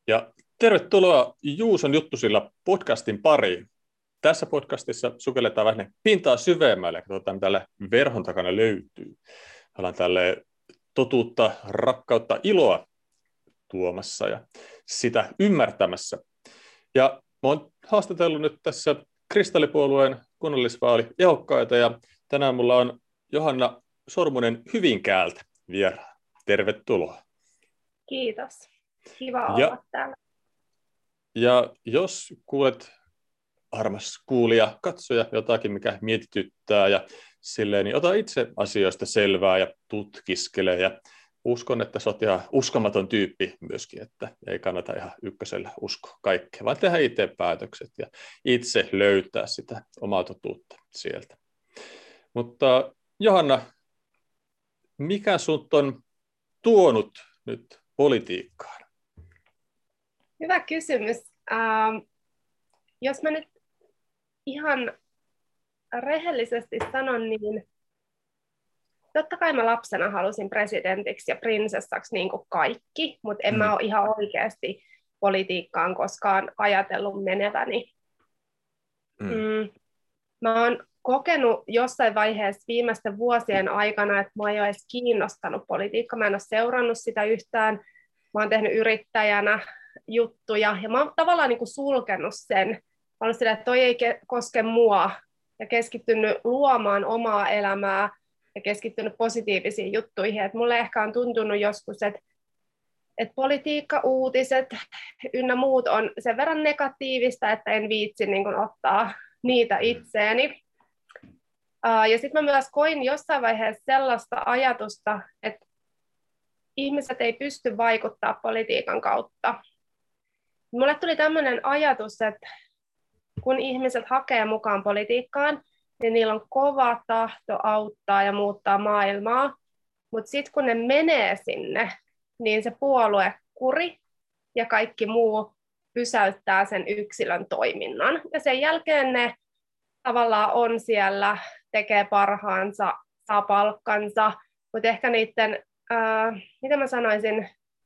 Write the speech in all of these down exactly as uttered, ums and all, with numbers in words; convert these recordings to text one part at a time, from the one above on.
Ja tervetuloa Juuson Juttusilla podcastin pariin. Tässä podcastissa sukelletaan vähän pintaa syvemmälle ja katsotaan, mitä tälle verhon takana löytyy. Ollaan tälle totuutta, rakkautta, iloa tuomassa ja sitä ymmärtämässä. Ja mä oon haastatellut nyt tässä Kristallipuolueen kunnallisvaaliehdokkaita ja tänään mulla on Johanna Sormunen Hyvinkäältä vieraan. Tervetuloa. Kiitos. Kiva ja, olla täällä. Ja jos kuulet, armas kuulija, katsoja, jotakin, mikä mietityttää ja silleen, niin ota itse asioista selvää ja tutkiskele. Ja uskon, että sä oot ihan uskomaton tyyppi myöskin, että ei kannata ihan ykkösellä uskoa kaikkea, vaan tehdä itse päätökset ja itse löytää sitä omaa totuutta sieltä. Mutta Johanna, mikä sut on tuonut nyt politiikkaan? Hyvä kysymys. Ähm, jos mä nyt ihan rehellisesti sanon, niin totta kai mä lapsena halusin presidentiksi ja prinsessaksi niin kuin kaikki, mutta en mm. mä ole ihan oikeasti politiikkaan koskaan ajatellut meneväni. Mm. Mm, mä oon kokenut jossain vaiheessa viimeisten vuosien aikana, että mua ei ole edes kiinnostanut politiikka. Mä en ole seurannut sitä yhtään. Mä oon tehnyt yrittäjänä juttuja ja mä oon tavallaan niin kuin sulkenut sen. Mä oon sillä, että toi ei koske mua ja keskittynyt luomaan omaa elämää ja keskittynyt positiivisiin juttuihin. Et mulle ehkä on tuntunut joskus, että et politiikka, uutiset ynnä muut on sen verran negatiivista, että en viitsi niin kuin ottaa niitä itseeni. Uh, ja sitten mä myös koin jossain vaiheessa sellaista ajatusta, että ihmiset ei pysty vaikuttaa politiikan kautta. Mulle tuli tämmöinen ajatus, että kun ihmiset hakee mukaan politiikkaan, niin niillä on kova tahto auttaa ja muuttaa maailmaa, mutta sitten kun ne menee sinne, niin se puoluekuri ja kaikki muu pysäyttää sen yksilön toiminnan. Ja sen jälkeen ne tavallaan on siellä, tekee parhaansa, saa palkkansa, mutta ehkä niiden, äh, mitä mä sanoisin,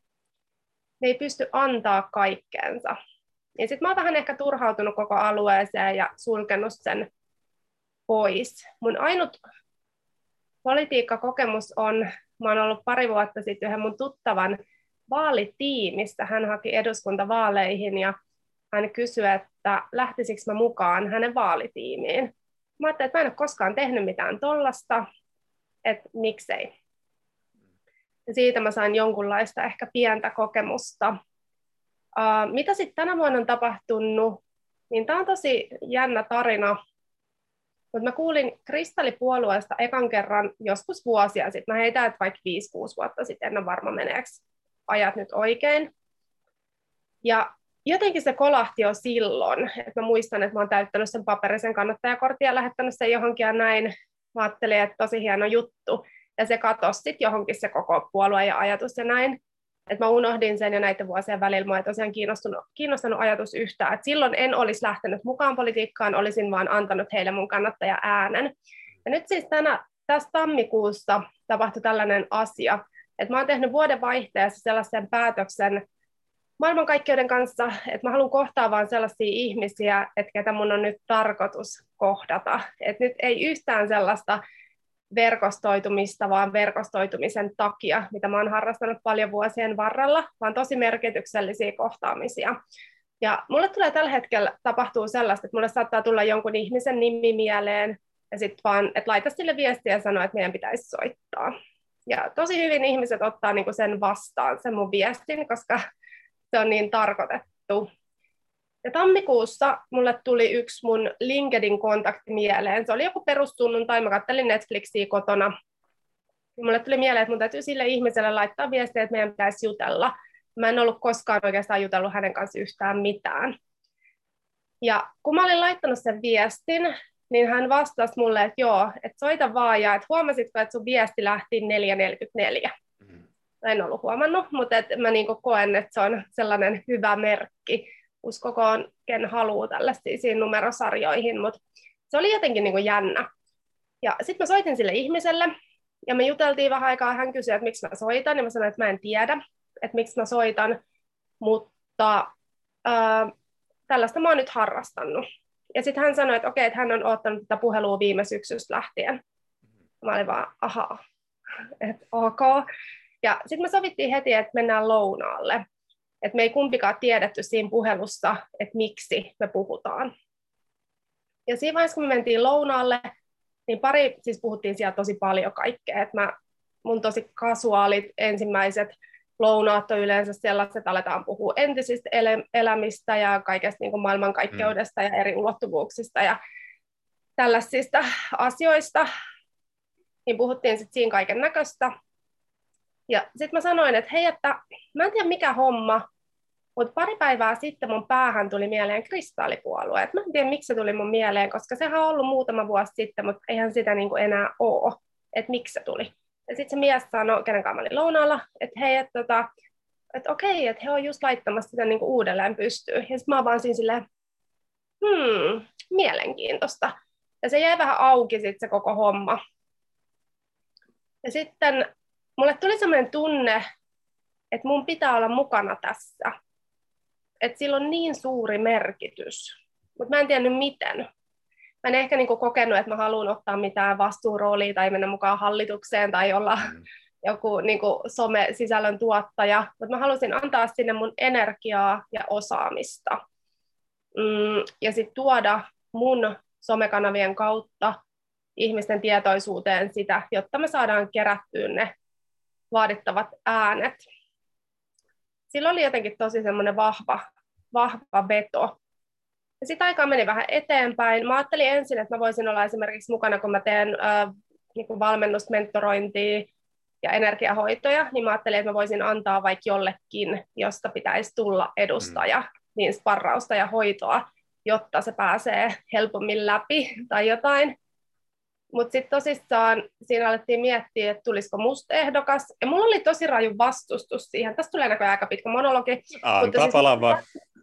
ne ei pysty antaa kaikkeensa. Ja sitten mä oon vähän ehkä turhautunut koko alueeseen ja sulkenut sen pois. Mun ainut politiikkakokemus on, mä oon ollut pari vuotta sitten yhden mun tuttavan vaalitiimistä. Hän haki eduskuntavaaleihin ja hän kysyi, että lähtisikö mä mukaan hänen vaalitiimiin. Mä ajattelin, että mä en ole koskaan tehnyt mitään tollasta, että miksei. Ja siitä mä sain jonkunlaista ehkä pientä kokemusta. Uh, mitä sitten tänä vuonna on tapahtunut, niin tämä on tosi jännä tarina. Mutta mä kuulin Kristallipuolueesta ekan kerran joskus vuosia sitten. Mä heitän, että vaikka viisi kuusi vuotta sitten, en ole varma meneekö ajat nyt oikein. Ja jotenkin se kolahti jo silloin, että mä muistan, että mä oon täyttänyt sen paperisen kannattajakortin ja lähettänyt sen johonkin ja näin. Mä ajattelin, että tosi hieno juttu. Ja se katosi sitten johonkin se koko puolue ja ajatus ja näin. Että mä unohdin sen ja näiden vuosien välillä mä en tosiaan kiinnostunut, kiinnostanut ajatus yhtään. Et silloin en olisi lähtenyt mukaan politiikkaan, olisin vaan antanut heille mun kannattaja-äänen. Ja nyt siis tänä, tässä tammikuussa tapahtui tällainen asia, että mä oon tehnyt vuoden vaihteessa sellaisen päätöksen maailmankaikkeuden kanssa, että mä haluan kohtaa vaan sellaisia ihmisiä, että ketä mun on nyt tarkoitus kohdata. Että nyt ei yhtään sellaista verkostoitumista, vaan verkostoitumisen takia, mitä mä oon harrastanut paljon vuosien varrella, vaan tosi merkityksellisiä kohtaamisia. Ja mulle tulee tällä hetkellä tapahtuu sellaista, että mulle saattaa tulla jonkun ihmisen nimi mieleen, ja sitten vaan, että laita sille viestiä ja sano, että meidän pitäisi soittaa. Ja tosi hyvin ihmiset ottaa niinku sen vastaan, sen mun viestin, koska se on niin tarkoitettu. Ja tammikuussa mulle tuli yksi mun LinkedIn-kontakti mieleen. Se oli joku perussunnuntai, mä kattelin Netflixiä kotona. Ja mulle tuli mieleen, että mun täytyy sille ihmiselle laittaa viestiä, että meidän pitäisi jutella. Mä en ollut koskaan oikeastaan jutellut hänen kanssa yhtään mitään. Ja kun mä olin laittanut sen viestin, niin hän vastasi mulle, että joo, että soita vaan ja että huomasitko, että sun viesti lähti neljä neljäkymmentäneljä. En ollut huomannut, mutta et mä niinku koen, että se on sellainen hyvä merkki. Uskokoon, ken haluaa tällaisiin numerosarjoihin, mutta se oli jotenkin niin kuin jännä. Ja sitten mä soitin sille ihmiselle, ja me juteltiin vähän aikaa, hän kysyi, että miksi mä soitan, ja mä sanoin, että mä en tiedä, että miksi mä soitan, mutta Mutta äh, tällaista mä oon nyt harrastanut. Ja sitten hän sanoi, että okei, että hän on ottanut tätä puhelua viime syksystä lähtien. Mä olin vaan, ahaa, että ok. Ja sitten me sovittiin heti, että mennään lounaalle. Että me ei kumpikaan tiedetty siinä puhelussa, että miksi me puhutaan. Ja siinä vaiheessa, kun me mentiin lounaalle, niin pari, siis puhuttiin siellä tosi paljon kaikkea. Että mä, mun tosi kasuaalit ensimmäiset lounaat on yleensä sellaiset, että aletaan puhua entisistä ele- elämistä ja kaikesta niin kuin maailmankaikkeudesta mm. ja eri ulottuvuuksista ja tällaisista asioista. Niin puhuttiin sitten siinä kaiken näköistä. Ja sitten mä sanoin, että hei, että mä en tiedä mikä homma, mutta pari päivää sitten mun päähän tuli mieleen kristallipuolue. Et mä en tiedä, miksi se tuli mun mieleen, koska sehän on ollut muutama vuosi sitten, mutta eihän sitä niinku enää ole, että miksi se tuli. Ja sitten se mies sanoi, kenen kanssa mä olin lounaalla, että hei, että tota, et okei, että he on just laittamassa sitä niinku uudelleen pystyyn. Ja sitten mä oon vaan siinä silleen, hmm, mielenkiintoista. Ja se jäi vähän auki sitten se koko homma. Ja sitten mulle tuli sellainen tunne, että mun pitää olla mukana tässä. Että sillä on niin suuri merkitys, mutta mä en tiennyt miten. Mä en ehkä niinku kokenut, että mä haluan ottaa mitään vastuuroolia tai mennä mukaan hallitukseen tai olla mm. joku niinku some-sisällön tuottaja, mutta mä halusin antaa sinne mun energiaa ja osaamista. Mm, ja sitten tuoda mun somekanavien kautta ihmisten tietoisuuteen sitä, jotta me saadaan kerättyä ne vaadittavat äänet. Sillä oli jotenkin tosi semmoinen vahva, vahva veto. Ja sitten aikaa meni vähän eteenpäin. Mä ajattelin ensin, että mä voisin olla esimerkiksi mukana, kun mä teen äh, niin kuin valmennusta, mentorointia ja energiahoitoja, niin mä ajattelin, että mä voisin antaa vaikka jollekin, josta pitäisi tulla edustaja, mm. niin sparrausta ja hoitoa, jotta se pääsee helpommin läpi tai jotain. Mutta sitten tosissaan siinä alettiin miettiä, että tulisiko musta ehdokas. Ja mulla oli tosi raju vastustus siihen. Tästä tulee näköjään aika pitkä monologi. Antaa siis palaa vaan.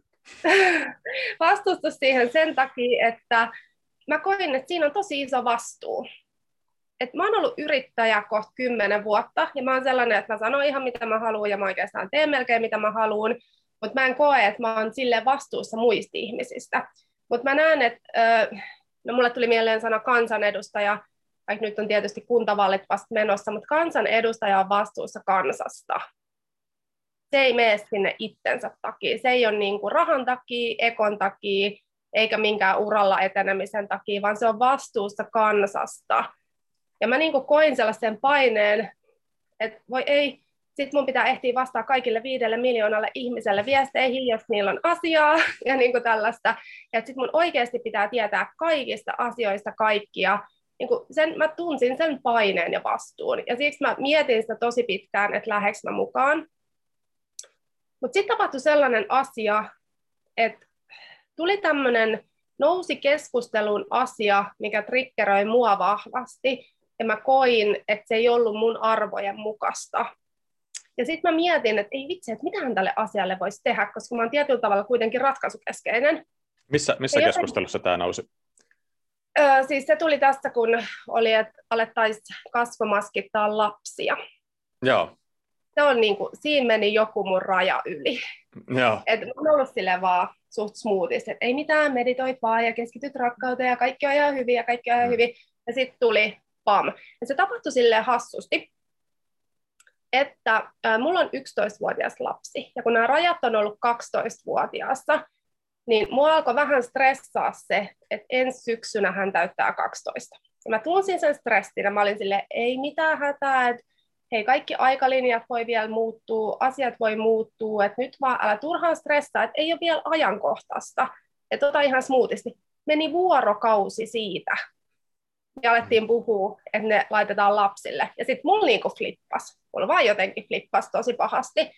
Vastustus siihen sen takia, että mä koin, että siinä on tosi iso vastuu. Et mä oon ollut yrittäjä kohta kymmenen vuotta, ja mä oon sellainen, että mä sanon ihan mitä mä haluan, ja mä oikeastaan teen melkein mitä mä haluan, mutta mä en koe, että mä oon silleen vastuussa muista ihmisistä. Mutta mä näen, että äh, no mulle tuli mieleen sana kansanedustaja, vaikka nyt on tietysti kuntavaalit vasta menossa, mutta kansanedustaja on vastuussa kansasta. Se ei mene sinne itsensä takia. Se ei ole niin kuin rahan takia, ekon takia, eikä minkään uralla etenemisen takia, vaan se on vastuussa kansasta. Ja mä niin kuin koin sellaisen paineen, että voi ei, sit mun pitää ehtiä vastaa kaikille viidelle miljoonalle ihmiselle viesteihin, jos niillä on asiaa ja niin kuin tällaista. Ja sit mun oikeasti pitää tietää kaikista asioista kaikkia. Niin kuin sen, mä tunsin sen paineen ja vastuun. Ja siksi mä mietin sitä tosi pitkään, että lähdekö mä mukaan. Mutta sitten tapahtui sellainen asia, että tuli tämmöinen, nousi keskustelun asia, mikä triggeröi mua vahvasti. Ja mä koin, että se ei ollut mun arvojen mukaista. Ja sitten mä mietin, että ei vitsi, että mitähän tälle asialle voisi tehdä, koska mä oon tietyllä tavalla kuitenkin ratkaisukeskeinen. Missä, missä keskustelussa tämä nousi? Öö, siis se tuli tästä, kun oli, että alettaisiin kasvomaskittaa lapsia. Joo. Se on niin kuin, siinä meni joku mun raja yli. Joo. Et mä oon ollut silleen vaan suht smoothies, että ei mitään, meditoit vaan ja keskityt rakkauteen ja kaikki on ihan hyvin ja kaikki on ihan mm. hyvin. Ja sitten tuli pam. Ja se tapahtui silleen hassusti, että äh, mulla on yksitoistavuotias lapsi. Ja kun nämä rajat on ollut kaksitoistavuotiaassa, niin mua alkoi vähän stressaa se, että ensi syksynä hän täyttää kaksitoista. Ja mä tunsin sen stressin ja mä olin silleen, ei mitään hätää, että hei, kaikki aikalinjat voi vielä muuttua, asiat voi muuttua, että nyt vaan älä turhaan stressaa, että ei ole vielä ajankohtaista. Ja tota ihan smoothisti. Meni vuorokausi siitä. Ja alettiin puhua, että ne laitetaan lapsille. Ja sitten mulla niinku flippas. Mulla vaan jotenkin flippas tosi pahasti.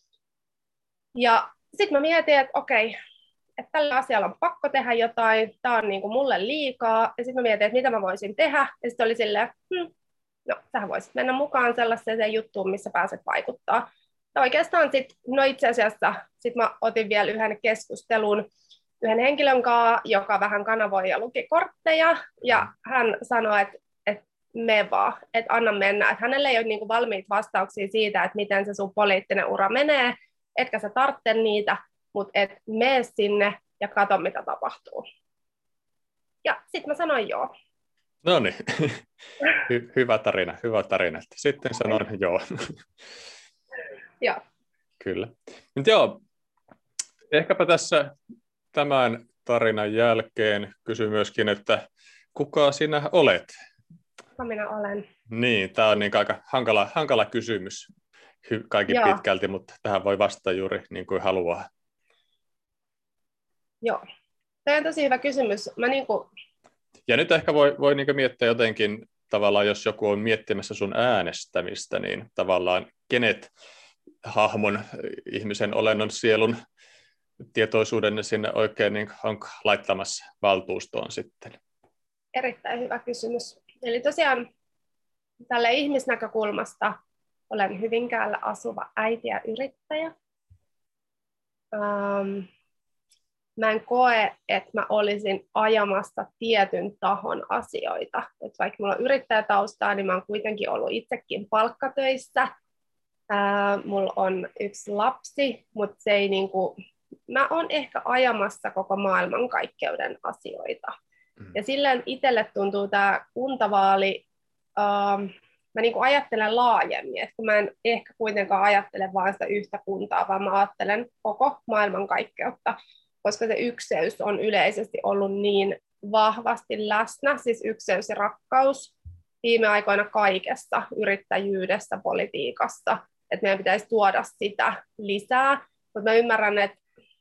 Ja sitten mä mietin, että okei, että tällä asialla on pakko tehdä jotain. Tämä on niinku mulle liikaa. Ja sitten mä mietin, että mitä mä voisin tehdä. Ja sitten oli silleen, hm, no sähän voisit mennä mukaan sellaiseen juttuun, missä pääset vaikuttaa. Ja oikeastaan sitten, no itse asiassa, sitten mä otin vielä yhden keskustelun yhden henkilön kanssa, joka vähän kanavoi ja luki kortteja, ja hän sanoi, että, että me vaan, että anna mennä, että hänelle ei ole niin kuin valmiita vastauksia siitä, että miten se sun poliittinen ura menee, etkä sä tarvitse niitä, mutta et mene sinne ja katso, mitä tapahtuu. Ja sitten mä sanoin joo. No niin, Hy- hyvä tarina, hyvä tarina. Sitten sanoin joo. Joo. Kyllä. Mutta joo, ehkäpä tässä tämän tarinan jälkeen kysy myöskin, että kuka sinä olet? Kuka minä olen? Niin, tämä on niin aika hankala, hankala kysymys kaikki Joo. pitkälti, mutta tähän voi vastata juuri niin kuin haluaa. Joo. Tämä on tosi hyvä kysymys. Mä niin kuin... Ja nyt ehkä voi, voi niin kuin miettiä jotenkin, tavallaan jos joku on miettimässä sun äänestämistä, niin tavallaan kenet hahmon, ihmisen olennon, sielun tietoisuuden sinne oikein niin on laittamassa valtuustoon sitten? Erittäin hyvä kysymys. Eli tosiaan tälle ihmisnäkökulmasta olen Hyvinkäällä asuva äiti ja yrittäjä. Um, mä en koe, että mä olisin ajamassa tietyn tahon asioita. Et vaikka mulla on yrittäjätaustaa, niin mä oon kuitenkin ollut itsekin palkkatöissä. Uh, mulla on yksi lapsi, mutta se ei niinku, mä oon ehkä ajamassa koko maailmankaikkeuden asioita. Mm. Ja silleen itselle tuntuu tämä kuntavaali, uh, mä niinku ajattelen laajemmin, että mä en ehkä kuitenkaan ajattele vain sitä yhtä kuntaa, vaan mä ajattelen koko maailmankaikkeutta, koska se ykseys on yleisesti ollut niin vahvasti läsnä, siis ykseys ja rakkaus viime aikoina kaikessa, yrittäjyydessä, politiikassa, että meidän pitäisi tuoda sitä lisää, mutta mä ymmärrän, että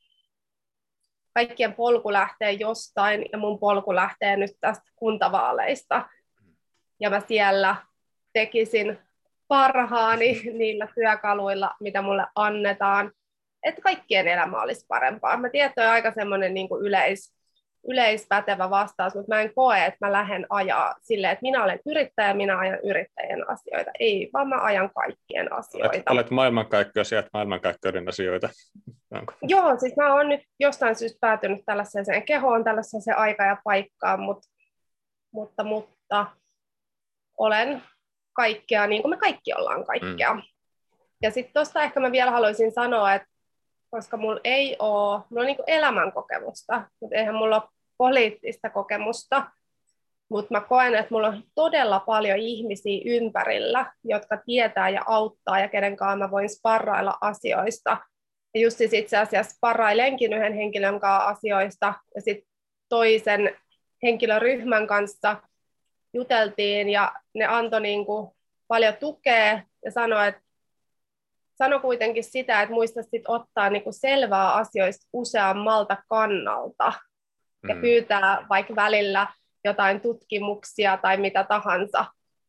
kaikkien polku lähtee jostain, ja mun polku lähtee nyt tästä kuntavaaleista, ja mä siellä tekisin parhaani niillä työkaluilla, mitä mulle annetaan, että kaikkien elämä olisi parempaa. Mä tiedän, että on aika semmoinen niin kuin yleis, yleispätevä vastaus, mutta mä en koe, että mä lähden ajaa silleen, että minä olen yrittäjä, minä ajan yrittäjien asioita. Ei, vaan mä ajan kaikkien asioita. Olet, olet maailmankaikkeus ja maailmankaikkeuden asioita. Onko? Joo, siis mä oon nyt jostain syystä päätynyt tällaiseen kehoon, tällaiseen aika ja paikkaan, mutta, mutta, mutta olen kaikkea, niin kuin me kaikki ollaan kaikkea. Mm. Ja sitten tuosta ehkä mä vielä haluaisin sanoa, että koska mulla ei ole, mulla on niin kuin elämänkokemusta, mutta eihän mulla ole poliittista kokemusta, mutta mä koen, että mulla on todella paljon ihmisiä ympärillä, jotka tietää ja auttaa ja kenen kanssa mä voin sparrailla asioista. Ja just siis itse asiassa sparrailenkin yhden henkilön kanssa asioista ja sitten toisen henkilöryhmän kanssa juteltiin ja ne antoi niin kuin paljon tukea ja sanoi, että sano kuitenkin sitä, että muista sit ottaa niinku selvää asioista useammalta kannalta mm. ja pyytää vaikka välillä jotain tutkimuksia tai mitä tahansa,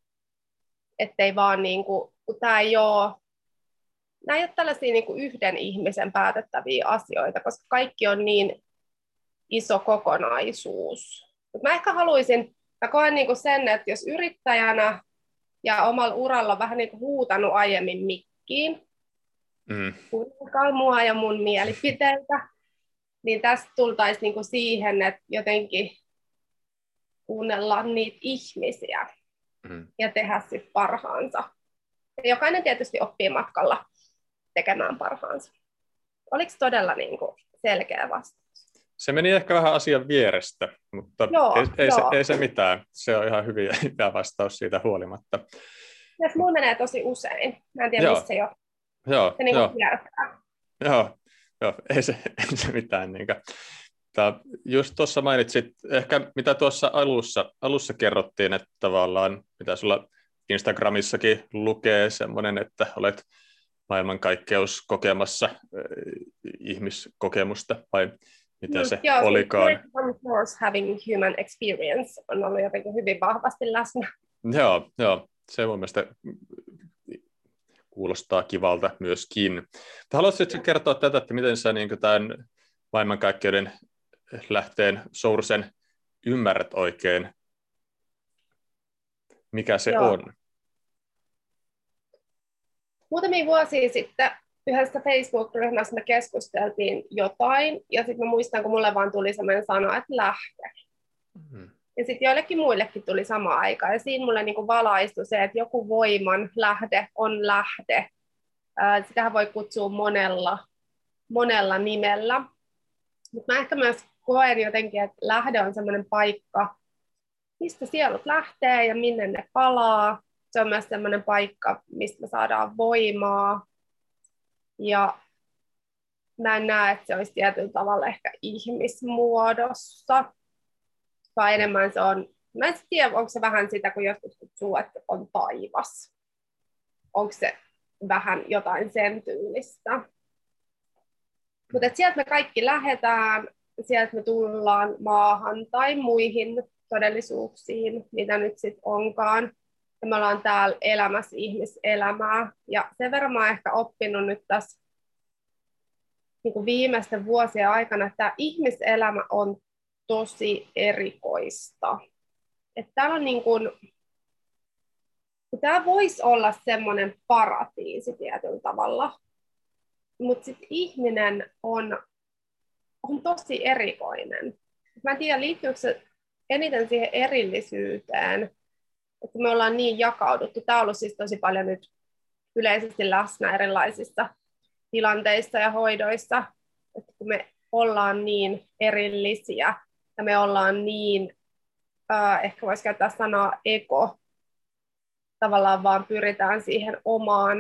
ettei vaan niinku, kun tää ei ole, nämä ei ole tällaisia niinku yhden ihmisen päätettäviä asioita, koska kaikki on niin iso kokonaisuus. Mut mä ehkä haluaisin, mä koen niinku sen, että jos yrittäjänä ja omalla uralla on vähän niinku huutanut aiemmin mikkiin, Mm. kuunnelkaa mua ja mun mielipiteitä, niin tästä tultaisiin niinku siihen, että jotenkin kuunnellaan niitä ihmisiä mm. ja tehdä sitten parhaansa. Ja jokainen tietysti oppii matkalla tekemään parhaansa. Oliko todella niinku selkeä vastaus? Se meni ehkä vähän asian vierestä, mutta joo, ei, ei, se, ei se mitään. Se on ihan hyvä, hyvä vastaus siitä huolimatta. Jos mulla menee tosi usein. Mä en tiedä, joo. missä se jo. Joo, se niin joo. joo, joo, ei se, ei se mitään. Niin Tää, just tuossa mainitsit, ehkä mitä tuossa alussa, alussa kerrottiin, että tavallaan, mitä sulla Instagramissakin lukee, semmoinen, että olet maailmankaikkeus kokemassa äh, ihmiskokemusta, vai mitä se joo, olikaan? Joo, having human experience on ollut jotenkin hyvin vahvasti läsnä. Joo, joo, se mun mielestä kuulostaa kivalta myöskin. Haluaisitko kertoa tätä, että miten sä niin tämän maailmankaikkeuden lähteen sourcen ymmärrät oikein, mikä se Joo. on? Muutamia vuosia sitten yhdessä Facebook-ryhmässä me keskusteltiin jotain, ja sitten mä muistan, kun mulle vaan tuli sellainen sana, että lähde. Mm-hmm. Ja sitten joillekin muillekin tuli sama aika, ja siinä mulle niinku valaistui se, että joku voiman lähde on lähde. Sitähän voi kutsua monella monella nimellä. Mutta mä ehkä myös koen jotenkin, että lähde on semmoinen paikka, mistä sielut lähtee ja minne ne palaa. Se on myös semmoinen paikka, mistä me saadaan voimaa. Ja mä en näe, että se olisi tietyllä tavalla ehkä ihmismuodossa, vaan enemmän se on, mä en tiedä, onko se vähän sitä, kun jotkut kutsuu, että on taivas. Onko se vähän jotain sen tyylistä. Mutta sieltä me kaikki lähdetään, sieltä me tullaan maahan tai muihin todellisuuksiin, mitä nyt sitten onkaan. Ja me ollaan täällä elämässä ihmiselämää. Ja sen verran mä oon ehkä oppinut nyt tässä niin kuin viimeisten vuosien aikana, että tämä ihmiselämä on tosi erikoista. Että täällä on niin kuin, tämä voisi olla semmoinen paratiisi tietyllä tavalla, mutta sitten ihminen on, on tosi erikoinen. Mä en tiedä, liittyykö se eniten siihen erillisyyteen, että me ollaan niin jakauduttu. Tämä on ollut siis tosi paljon nyt yleisesti läsnä erilaisissa tilanteissa ja hoidoissa, että kun me ollaan niin erillisiä ja me ollaan niin, äh, ehkä voisi käyttää sanaa ego, tavallaan vaan pyritään siihen omaan,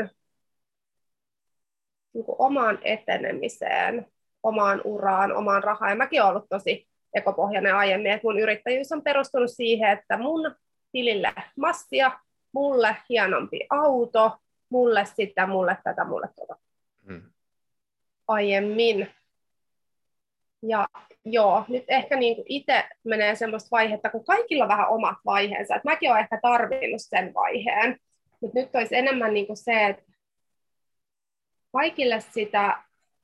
niin kuin omaan etenemiseen, omaan uraan, omaan rahaan. Ja mäkin olen ollut tosi ekopohjainen aiemmin, että mun yrittäjyys on perustunut siihen, että mun tilille massia, mulle hienompi auto, mulle sitä, mulle tätä, mulle tuota. Hmm. Aiemmin. Ja joo, nyt ehkä niin itse menee semmoista vaihetta, kun kaikilla on vähän omat vaiheensa. Et mäkin olen ehkä tarvinnut sen vaiheen. Mutta nyt olisi enemmän niin kuin se, että kaikille sitä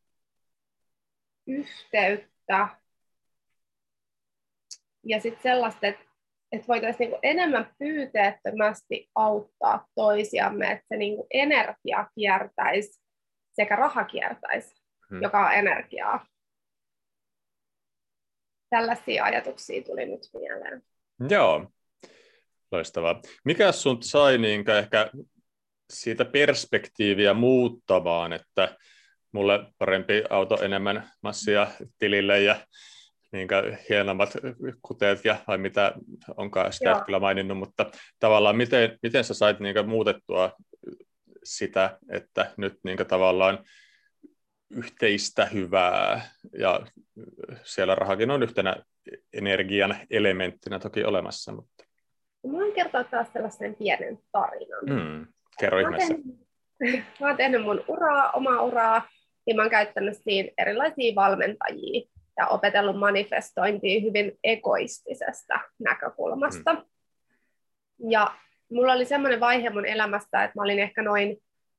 yhteyttä ja sitten sellaista, että, että voitaisiin niin kuin enemmän pyyteettömästi auttaa toisiamme, että se niin kuin energia kiertäisi sekä raha kiertäisi, hmm. joka on energiaa. Tällaisia ajatuksia tuli nyt mieleen. Joo, loistavaa. Mikä sun sai niin ehkä siitä perspektiiviä muuttamaan, että mulle parempi auto, enemmän massia tilille ja niin hienommat kuteet ja vai mitä onkaan sitä et kyllä maininnut, mutta tavallaan miten, miten sä sait niin muutettua sitä, että nyt niin tavallaan yhteistä hyvää, ja siellä rahakin on yhtenä energian elementtinä toki olemassa. Mutta... Mä voin kertoa taas sellaisen pienen tarinan. Mm, kerro ihmeessä. Mä oon tehnyt mun uraa, omaa uraa, ja mä oon käyttänyt siinä erilaisia valmentajia ja opetellut manifestointia hyvin egoistisesta näkökulmasta. Mm. Ja mulla oli semmoinen vaihe mun elämässä, että mä olin ehkä noin...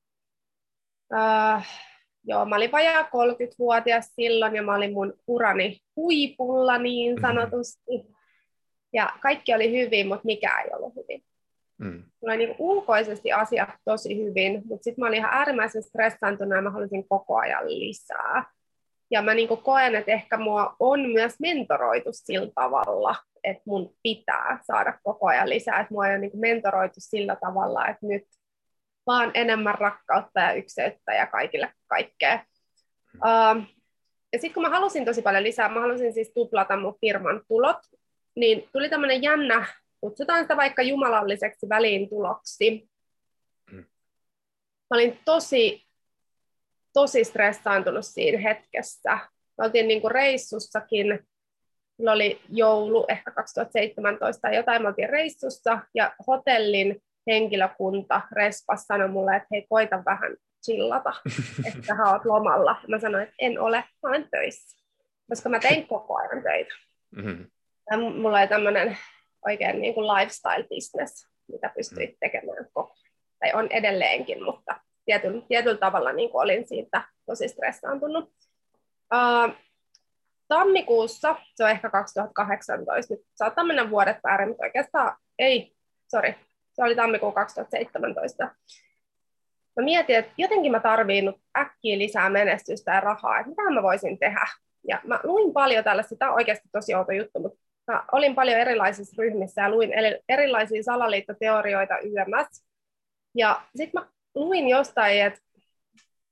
Uh, Joo, mä olin vajaa kolmekymmentävuotias silloin ja mä olin mun urani huipulla niin sanotusti. Ja kaikki oli hyvin, mutta mikään ei ollut hyvin. Mm. Mulla oli niin ulkoisesti asiat tosi hyvin, mutta sitten mä olin ihan äärimmäisen stressaantunut ja mä halusin koko ajan lisää. Ja mä niin koen, että ehkä mua on myös mentoroitu sillä tavalla, että mun pitää saada koko ajan lisää. Että mua on niin mentoroitu sillä tavalla, että nyt vaan enemmän rakkautta ja ykseyttä ja kaikille kaikkea. Uh, ja sitten kun mä halusin tosi paljon lisää, mä halusin siis tuplata mun firman tulot, niin tuli tämmöinen jännä, kutsutaan sitä vaikka jumalalliseksi väliintuloksi. Mm. Mä olin tosi, tosi stressaantunut siinä hetkessä. Me oltiin niinku reissussakin, mulla oli joulu, ehkä kaksituhattaseitsemäntoista tai jotain, me oltiin reissussa ja hotellin henkilökunta respas sanoi mulle, että hei, koita vähän chillata, että sä oot lomalla. Mä sanoin, että en ole, mä olen töissä, koska mä tein koko ajan töitä. Mm-hmm. Ja mulla oli tämmöinen oikein niin kuin lifestyle-business, mitä pystyin tekemään koko ajan. Tai on edelleenkin, mutta tietyllä, tietyllä tavalla niin kuin olin siitä tosi stressaantunut. Uh, tammikuussa, se on ehkä kaksituhattakahdeksantoista, nyt saattaa mennä vuodet väärin, mutta oikeastaan ei, sori. Se oli tammikuun kaksituhattaseitsemäntoista. Mä mietin, että jotenkin mä tarviin nyt äkkiä lisää menestystä ja rahaa, että mitä mä voisin tehdä. Ja mä luin paljon tällaista, tämä on oikeasti tosi outo juttu, mutta mä olin paljon erilaisissa ryhmissä ja luin erilaisia salaliittoteorioita Y M S. Ja sitten mä luin jostain, että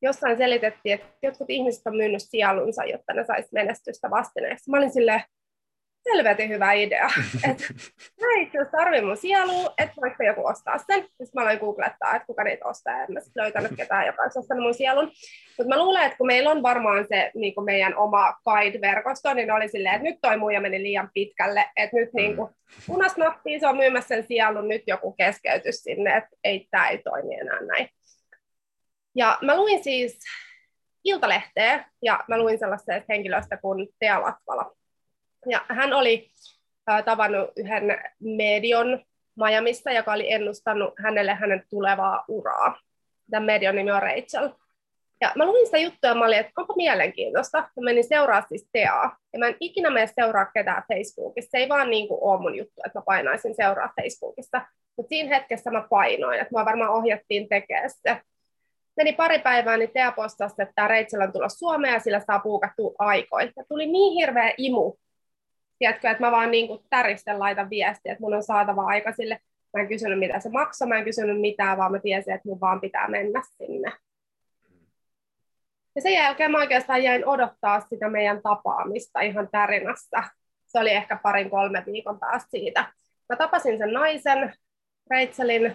jossain selitettiin, että jotkut ihmiset on myynyt sielunsa, jotta ne sais menestystä vastineeksi. Mä olin silleen, helvetin hyvä idea. Että mä itse asiassa tarvitsen mun sielua, että voiko joku ostaa sen. Sitten mä aloin googlettaa, että kuka niitä ostaa. En mä sitten löytänyt ketään, joka olisi ostanut mun sielun. Mutta mä luulen, että kun meillä on varmaan se niin kuin meidän oma guide-verkosto, niin oli silleen, että nyt toi muija meni liian pitkälle. Että nyt niin kuin punasnappiin, se on myymässä sen sielun, nyt joku keskeytys sinne, että ei, tämä ei toimi enää näin. Ja mä luin siis Iltalehteä, ja mä luin sellaisesta henkilöstä kuin Tea Latvala. Ja hän oli äh, tavannut yhden medion Miamissa, joka oli ennustanut hänelle hänen tulevaa uraa. Tämän medion nimi on Rachel. Ja mä luin sitä juttua ja mä olin, että onpa mielenkiintoista. Mä menin seuraa siis Teaa. Ja mä en ikinä mene seuraa ketään Facebookissa. Se ei vaan niin kuin ole mun juttu, että mä painaisin seuraa Facebookista. Mutta siinä hetkessä mä painoin, että mua varmaan ohjattiin tekemään se. Meni pari päivää, niin Tea postasi, että Rachel on tulossa Suomeen ja sillä saa puukattua aikoin. Ja tuli niin hirveä imu. Tiedätkö, että mä vaan niin kuin täristen laitan viestiä, että mun on saatava aika sille. Mä en kysynyt, mitä se maksoi, mä en kysynyt mitään, vaan mä tiesin, että mun vaan pitää mennä sinne. Ja sen jälkeen mä oikeastaan jäin odottaa sitä meidän tapaamista ihan tärinässä. Se oli ehkä parin kolme viikon päästä siitä. Mä tapasin sen naisen, Rachelin,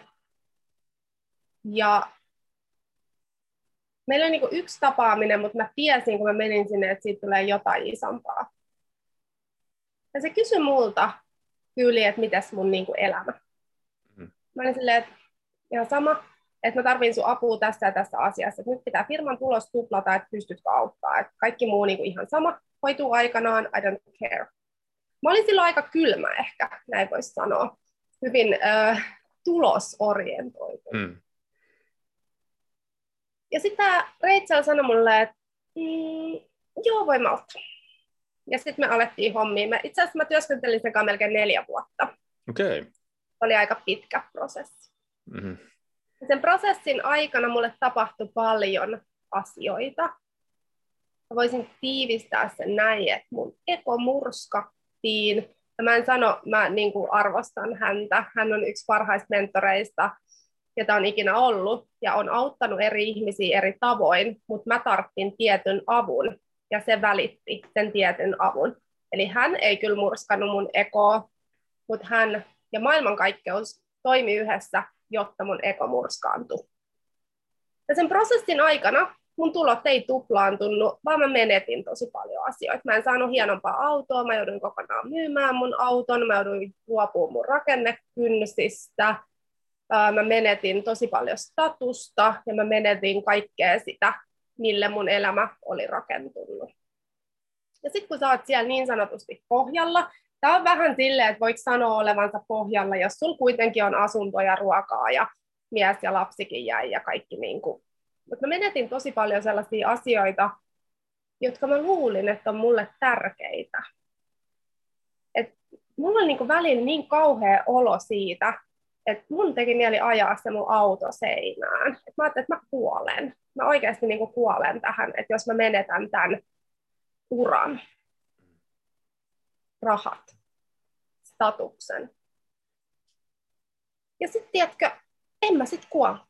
ja meillä oli niin kuin yksi tapaaminen, mutta mä tiesin, kun mä menin sinne, että siitä tulee jotain isompaa. Ja se kysyi multa tyyli, että mitäs mun niin kuin elämä. Mm. Mä olin silleen, että ihan sama, että mä tarvitsen sun apua tässä ja tässä asiassa. Että nyt pitää firman tulos tuplata, että pystytkö auttaa. Että kaikki muu niin kuin ihan sama, hoituu aikanaan, I don't care. Mä olin silloin aika kylmä ehkä, näin voisi sanoa. Hyvin äh, tulosorientoitu. Mm. Ja sitten Rachel sanoi mulle, että mm, joo, voi mä auttaa. Ja sitten me alettiin hommiin. Mä, itse asiassa mä työskentelin sen kanssa melkein neljä vuotta. Okei. Okay. Oli aika pitkä prosessi. Mm-hmm. Sen prosessin aikana mulle tapahtui paljon asioita. Mä voisin tiivistää sen näin, että mun ego murskattiin. Ja mä en sano, mä niin kuin arvostan häntä. Hän on yksi parhaista mentoreista, jota on ikinä ollut. Ja on auttanut eri ihmisiä eri tavoin, mutta mä tarvitsin tietyn avun. Ja se välitti sen tietyn avun. Eli hän ei kyllä murskannut mun ekoa, mutta hän ja maailmankaikkeus toimi yhdessä, jotta mun ego murskaantui. Ja sen prosessin aikana mun tulot ei tuplaantunut, vaan mä menetin tosi paljon asioita. Mä en saanut hienompaa autoa, mä jouduin kokonaan myymään mun auton, mä jouduin luopumaan mun rakennekynnysistä, mä menetin tosi paljon statusta ja mä menetin kaikkea sitä, mille mun elämä oli rakentunut. Ja sitten kun sä oot siellä niin sanotusti pohjalla, tää on vähän silleen, että voiko sanoa olevansa pohjalla, jos sulla kuitenkin on asunto ja ruokaa ja mies ja lapsikin jäi ja kaikki niin kuin. Mutta mä menetin tosi paljon sellaisia asioita, jotka mä luulin, että on mulle tärkeitä. Et mulla oli niin kuin välillä niin kauhea olo siitä, että mun teki mieli ajaa se mun auto seinään. Et mä ajattelin, että mä kuolen. Mä oikeasti niin kuin kuolen tähän, että jos mä menetän tämän uran, rahat, statuksen. Ja sitten tiedätkö, en mä sit kuollutkaan.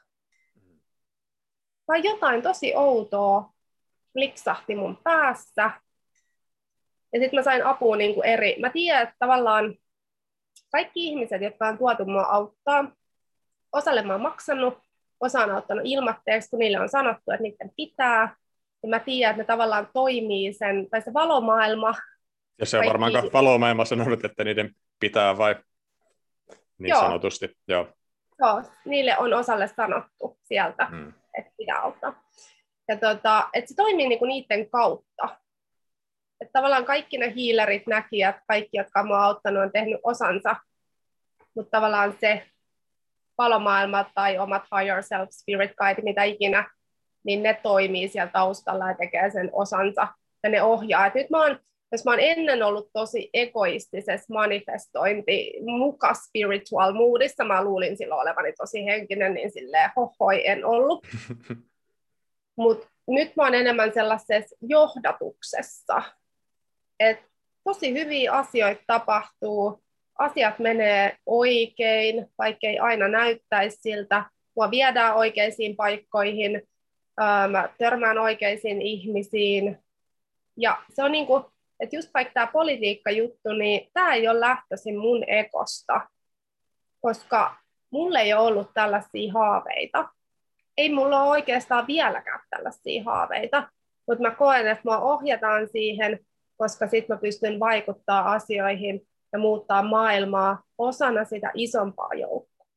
Vaan jotain tosi outoa liksahti mun päässä. Ja sitten mä sain apua niin kuin eri. Mä tiedän, että tavallaan kaikki ihmiset, jotka on tuotu mua auttaa, osalle mä oon maksanut, osa on auttanut ilmatteeksi, kun niille on sanottu, että niiden pitää. Ja mä tiedän, että ne tavallaan toimii sen, tai se valomaailma. Ja se on varmaan valomaailma sanonut, että niiden pitää vai niin Joo. sanotusti. Joo. Joo, niille on osalle sanottu sieltä, hmm. että pitää auttaa. Ja tota, että se toimii niinku niiden kautta. Että tavallaan kaikki ne healerit, näkijät, kaikki, jotka on mua auttanut, on tehnyt osansa. Mutta tavallaan se valomaailma tai omat higher self, spirit guide, mitä ikinä, niin ne toimii siellä taustalla ja tekee sen osansa. Ja ne ohjaa. Et nyt mä oon, jos mä oon ennen ollut tosi egoistisessa manifestointi, muka spiritual moodissa, mä luulin silloin olevani tosi henkinen, niin silleen hohoi en ollut. Mutta nyt mä oon enemmän sellaisessa johdatuksessa, että tosi hyviä asioita tapahtuu, asiat menee oikein, vaikka ei aina näyttäisi siltä, mua viedään oikeisiin paikkoihin, mä törmään oikeisiin ihmisiin. Ja se on niin kuin, että just vaikka tämä politiikka-juttu, niin tämä ei ole lähtöisin mun ekosta, koska mulla ei ole ollut tällaisia haaveita. Ei mulla ole oikeastaan vieläkään tällaisia haaveita, mutta mä koen, että mua ohjataan siihen, koska sitten mä pystyn vaikuttaa asioihin ja muuttaa maailmaa osana sitä isompaa joukkoa.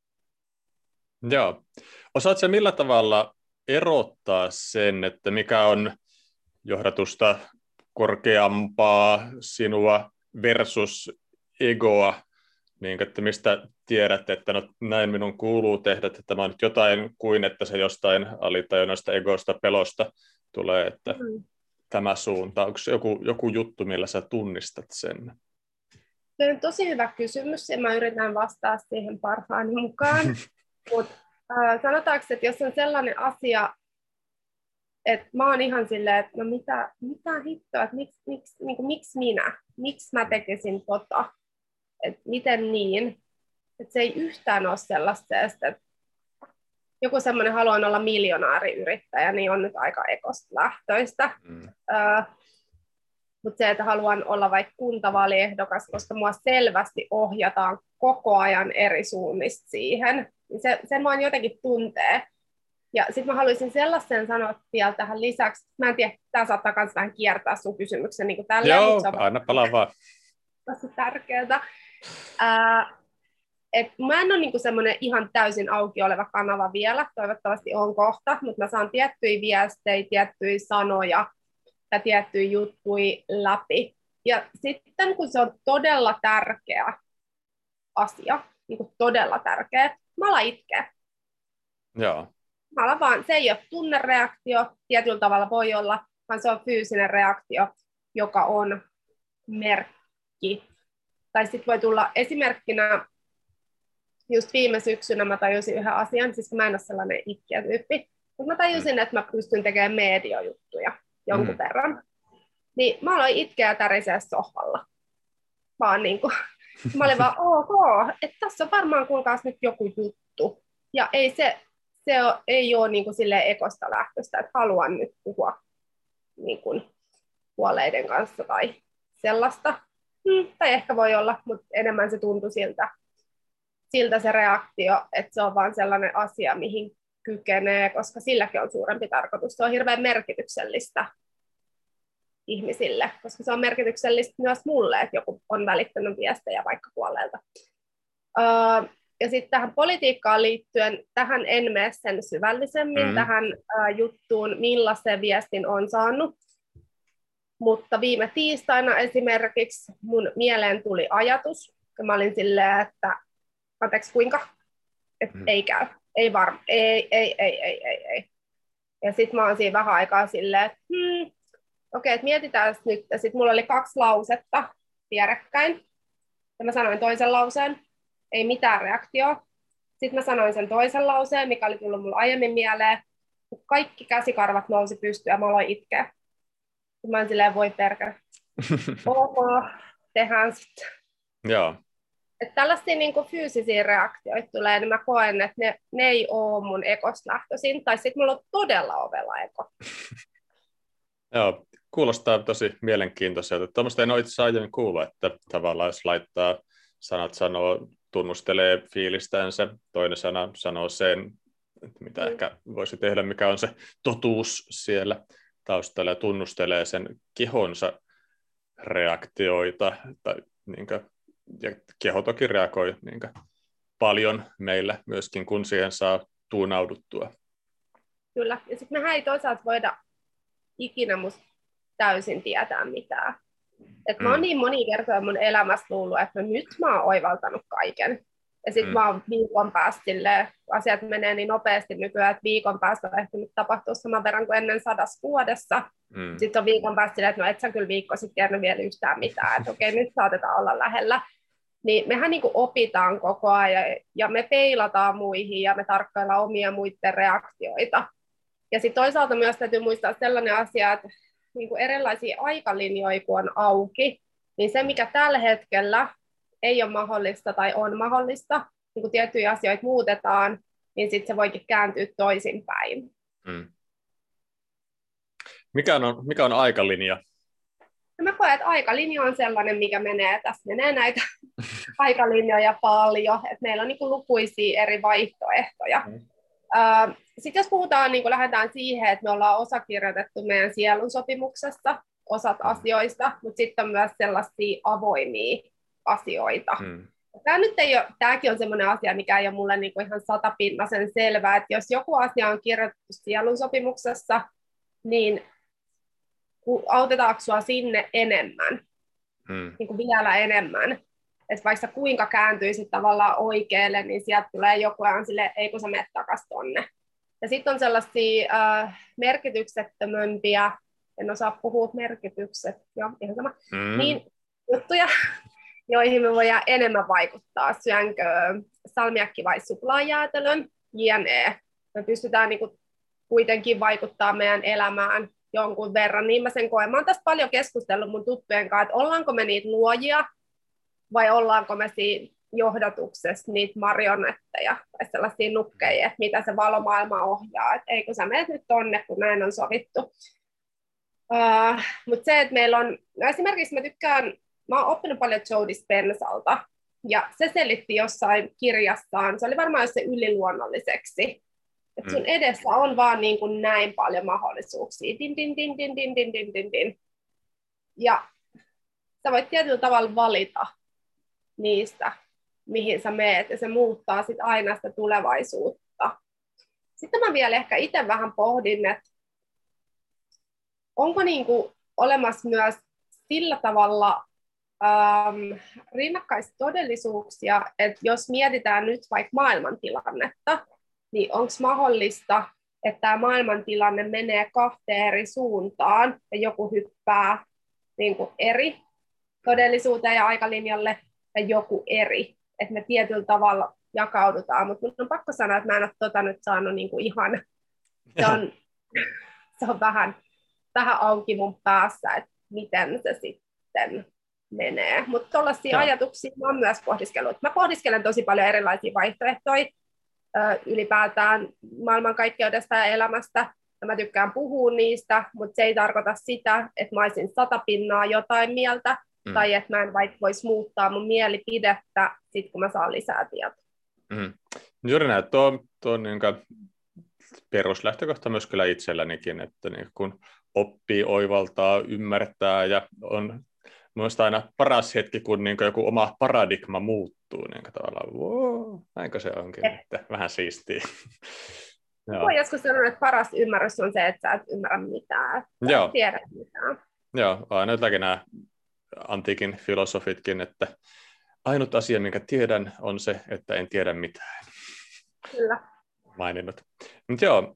Joo. Osaatko millä tavalla erottaa sen, että mikä on johdatusta korkeampaa sinua versus egoa, niin että mistä tiedät, että no, näin minun kuuluu tehdä, että tämä on nyt jotain kuin, että se jostain alitajunnasta egosta, pelosta tulee, että mm. tämä suunta. Onko se joku, joku juttu, millä sä tunnistat sen? Se on tosi hyvä kysymys, ja mä yritän vastata siihen parhaani mukaan. Mutta äh, sanotaanko, että jos on sellainen asia, että mä oon ihan silleen, että no mitä, mitä hittoa, että miksi, miksi, niin kuin, miksi minä, miksi mä tekisin tota, että miten niin, että se ei yhtään ole sellaista, että joku semmoinen haluan olla miljonaariyrittäjä, niin on nyt aika ekosta lähtöistä. Mm. Uh, mutta se, että haluan olla vaikka kuntavaaliehdokas, koska mua selvästi ohjataan koko ajan eri suunnista siihen, niin se, sen vaan jotenkin tuntee. Ja sitten mä haluaisin sellaisen sanoa vielä tähän lisäksi, mä en tiedä, tämä saattaa myös vähän kiertää sun kysymyksen niin kuin tälleen. Joo, on aina palaa vaan. Tosi tärkeää. Uh, et mä en ole niinku semmoinen ihan täysin auki oleva kanava vielä, toivottavasti on kohta, mutta mä saan tiettyjä viestejä, tiettyjä sanoja ja tiettyjä juttuja läpi. Ja sitten kun se on todella tärkeä asia, niin kuin todella tärkeä, mä alan itkeä. Joo. Mä alan vaan, se ei ole tunnereaktio, tietyllä tavalla voi olla, vaan se on fyysinen reaktio, joka on merkki. Tai sitten voi tulla esimerkkinä, just viime syksynä mä tajusin yhden asian, siis mä en ole sellainen itkijätyyppi, mutta mä tajusin, mm. että mä pystyn tekemään mediajuttuja jonkun mm. verran. Niin mä aloin itkeä tärisee sohvalla. Vaan niin kuin, mä olin vaan, ok, että tässä on varmaan kuulkaas nyt joku juttu. Ja ei se, se ole, ei ole niin kuin silleen ekosta lähtöstä, että haluan nyt puhua niin kuin kuolleiden kanssa tai sellaista. Hmm, tai ehkä voi olla, mutta enemmän se tuntui siltä, siltä se reaktio, että se on vaan sellainen asia, mihin kykenee, koska silläkin on suurempi tarkoitus. Se on hirveän merkityksellistä ihmisille, koska se on merkityksellistä myös mulle, että joku on välittänyt viestejä vaikka kuolleelta. Uh, ja sitten tähän politiikkaan liittyen, tähän en mene sen syvällisemmin, mm. tähän uh, juttuun, millaisen viestin on saanut. Mutta viime tiistaina esimerkiksi mun mieleen tuli ajatus, ja mä olin silleen, että anteeksi kuinka? Että mm. ei käy, ei varma, ei, ei, ei, ei, ei, ei. Ja sitten mä oon siinä vähän aikaa silleen, että hmm, okei, okay, että mietitään nyt. Ja sitten mulla oli kaksi lausetta vierekkäin, ja mä sanoin toisen lauseen, ei mitään reaktioa. Sitten mä sanoin sen toisen lauseen, mikä oli tullut mulle aiemmin mieleen, kaikki käsikarvat nousi pystyyn, ja mä aloin itkeä. Mä en silleen voi perkele. Ok, tehdään sitten. Joo. Että tällaisia niin kuin fyysisiä reaktioita tulee, niin mä koen, että ne, ne ei ole mun ekosta lähtöisin, tai sitten mulla on todella ovella eko. Joo, kuulostaa tosi mielenkiintoiselta. Tuommoista en ole itse asiassa aiemmin kuullut, että tavallaan jos laittaa sanat sanoo, tunnustelee fiilistänsä, toinen sana sanoo sen, että mitä mm. ehkä voisi tehdä, mikä on se totuus siellä taustalla ja tunnustelee sen kehonsa reaktioita, tai niin kuin, ja keho toki reagoi niin kuin, paljon meillä myöskin, kun siihen saa tuunauduttua. Kyllä, ja sitten mehän ei toisaalta voida ikinä musta täysin tietää mitään. Et mä oon mm. niin moni kertoja mun elämässä luullut, että nyt mä oon oivaltanut kaiken. Ja sitten mm. mä oon viikon päästä silleen, asiat menee niin nopeasti nykyään, että viikon päästä on ehtinyt tapahtua saman verran kuin ennen sadassa vuodessa. Mm. Sitten on viikon päästä silleen, että no et sä kyllä viikko sitten tiennyt vielä yhtään mitään, että okei, nyt saatetaan olla lähellä. Niin mehän niin kuin opitaan koko ajan ja me peilataan muihin ja me tarkkaillaan omia muiden reaktioita. Ja sitten toisaalta myös täytyy muistaa sellainen asia, että niin kuin erilaisia aikalinjoja kun on auki, niin se mikä tällä hetkellä ei ole mahdollista tai on mahdollista, niin kun tiettyjä asioita muutetaan, niin sitten se voikin kääntyä toisinpäin. Mm. Mikä on, mikä on aikalinja? No mä koen, että aikalinja on sellainen, mikä menee, tässä menee näitä aikalinjoja paljon, että meillä on niin kuin lukuisia eri vaihtoehtoja. Mm. Sitten jos puhutaan, niin kuin lähdetään siihen, että me ollaan osakirjoitettu meidän sielun sopimuksessa osat mm. asioista, mutta sitten on myös sellaisia avoimia asioita. Mm. Tämä nyt ei ole, tämäkin on sellainen asia, mikä ei ole mulle niin kuin ihan satapinnaisen selvää, että jos joku asia on kirjoitettu sielun sopimuksessa, niin autetaanko sinua sinne enemmän, hmm. niin kuin vielä enemmän. Että vaikka sä kuinka kääntyisit tavallaan oikealle, niin sieltä tulee joku ajan silleen, ei kun sä menet takaisin tonne. Ja sitten on sellaisia äh, merkityksettömämpiä, en osaa puhua merkitykset, joo, ihan sama, hmm. niin juttuja, joihin me voidaan enemmän vaikuttaa. Syönkö salmiakki vai suklaajäätelön, jne. Me pystytään niin kuin, kuitenkin vaikuttaa meidän elämään jonkun verran, niin mä sen koen. Mä oon tästä paljon keskustellut mun tuttujen kanssa, että ollaanko me niitä luojia vai ollaanko me siinä johdatuksessa niitä marionetteja tai sellaisia nukkeja, että mitä se valomaailma ohjaa, että eikö sä menet nyt tonne, kun näin on sovittu. Uh, Mutta se, että meillä on, no esimerkiksi mä tykkään, mä oon oppinut paljon Joe Dispensalta, ja se selitti jossain kirjassaan, se oli varmaan se yliluonnolliseksi, että sun edessä on vaan niin kuin näin paljon mahdollisuuksia. Din, din, din, din, din, din, din, din, din. Ja sä voit tietyllä tavalla valita niistä, mihin sä meet, ja se muuttaa sit aina sitä tulevaisuutta. Sitten mä vielä ehkä itse vähän pohdin, että onko niin kuin olemassa myös sillä tavalla ähm, rinnakkaistodellisuuksia, että jos mietitään nyt vaikka maailmantilannetta, niin onko mahdollista, että tämä maailmantilanne menee kahteen eri suuntaan ja joku hyppää niin kuin eri todellisuuteen ja aikalinjalle ja joku eri, että me tietyllä tavalla jakaudutaan, mutta minun on pakko sanoa, että mä en ole tota nyt saanut niin kuin ihan, se on, se on vähän, vähän auki mun päässä, että miten se sitten menee, mutta tuollaisia ajatuksia mä oon myös pohdiskellut. Mä pohdiskelen tosi paljon erilaisia vaihtoehtoja, ylipäätään maailmankaikkeudesta ja elämästä. Ja mä tykkään puhua niistä, mutta se ei tarkoita sitä, että mä olisin sata pinnaa jotain mieltä, mm. tai että mä en vaikka voisi muuttaa mun mielipidettä, sit kun mä saan lisää tietoa. Mm. Juuri näin, tuo, tuo on niin peruslähtökohta myös kyllä itsellänikin, että niin kun oppii, oivaltaa, ymmärtää ja on minusta aina paras hetki, kun niin joku oma paradigma muuttuu, niin tavallaan, wow, näinkö se onkin, että vähän siistiä. Voi joskus sanoa, että paras ymmärrys on se, että sä et ymmärrä mitään, että Joo. tiedät mitään. Joo, aina jotakin nämä antiikin filosofitkin, että ainut asia, minkä tiedän, on se, että en tiedä mitään. Kyllä. Maininnut. Mutta joo,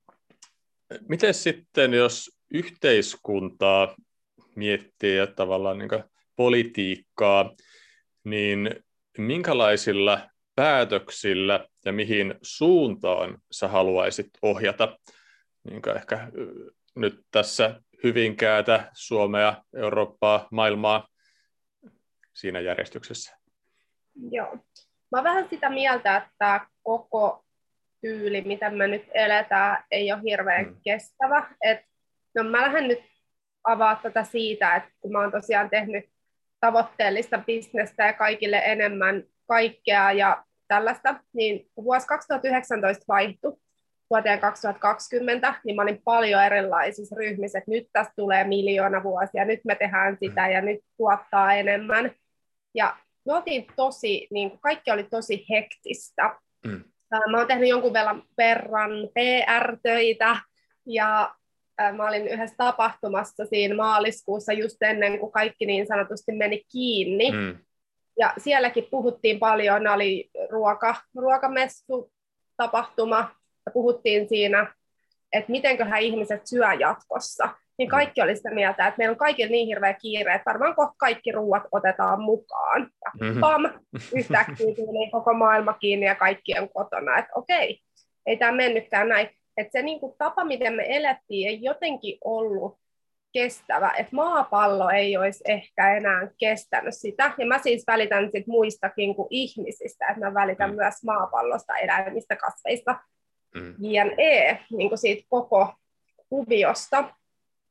miten sitten, jos yhteiskuntaa miettii ja tavallaan niin kuin politiikkaa, niin minkälaisilla päätöksillä ja mihin suuntaan sä haluaisit ohjata niin kuin ehkä nyt tässä Hyvinkäätä, Suomea, Eurooppaa, maailmaa siinä järjestyksessä? Joo. Mä oon vähän sitä mieltä, että koko tyyli, mitä me nyt eletään, ei ole hirveän hmm. kestävä. Et, no mä lähden nyt avaa tätä siitä, että kun mä oon tosiaan tehnyt tavoitteellista bisnestä ja kaikille enemmän kaikkea ja tällaista, niin vuosi kaksituhattayhdeksäntoista vaihtui vuoteen kaksituhattakaksikymmentä, niin mä olin paljon erilaisissa ryhmissä, että nyt tästä tulee miljoona vuosia, nyt me tehdään sitä ja nyt tuottaa enemmän. Ja me oltiin tosi, niin kaikki oli tosi hektistä. Mm. Mä oon tehnyt jonkun verran P R-töitä ja mä olin yhdessä tapahtumassa siinä maaliskuussa just ennen kuin kaikki niin sanotusti meni kiinni. Mm. Ja sielläkin puhuttiin paljon, oli ruoka, ruokamessu tapahtuma, ja puhuttiin siinä, että mitenköhän ihmiset syö jatkossa. Niin kaikki oli sitä mieltä, että meillä on kaikilla niin hirveä kiire, että varmaan kohta kaikki ruuat otetaan mukaan. Ja mm-hmm. pam, yhtäkkiä tuli koko maailma kiinni ja kaikki on kotona, että okei, ei tämä mennytkään näin. Että se niin kuin tapa, miten me elettiin, ei jotenkin ollut kestävä, että maapallo ei olisi ehkä enää kestänyt sitä. Ja mä siis välitän sit muistakin kuin ihmisistä, että mä välitän mm. myös maapallosta, eläimistä, kasveista, mm. jne, niin kuin siitä koko kuviosta.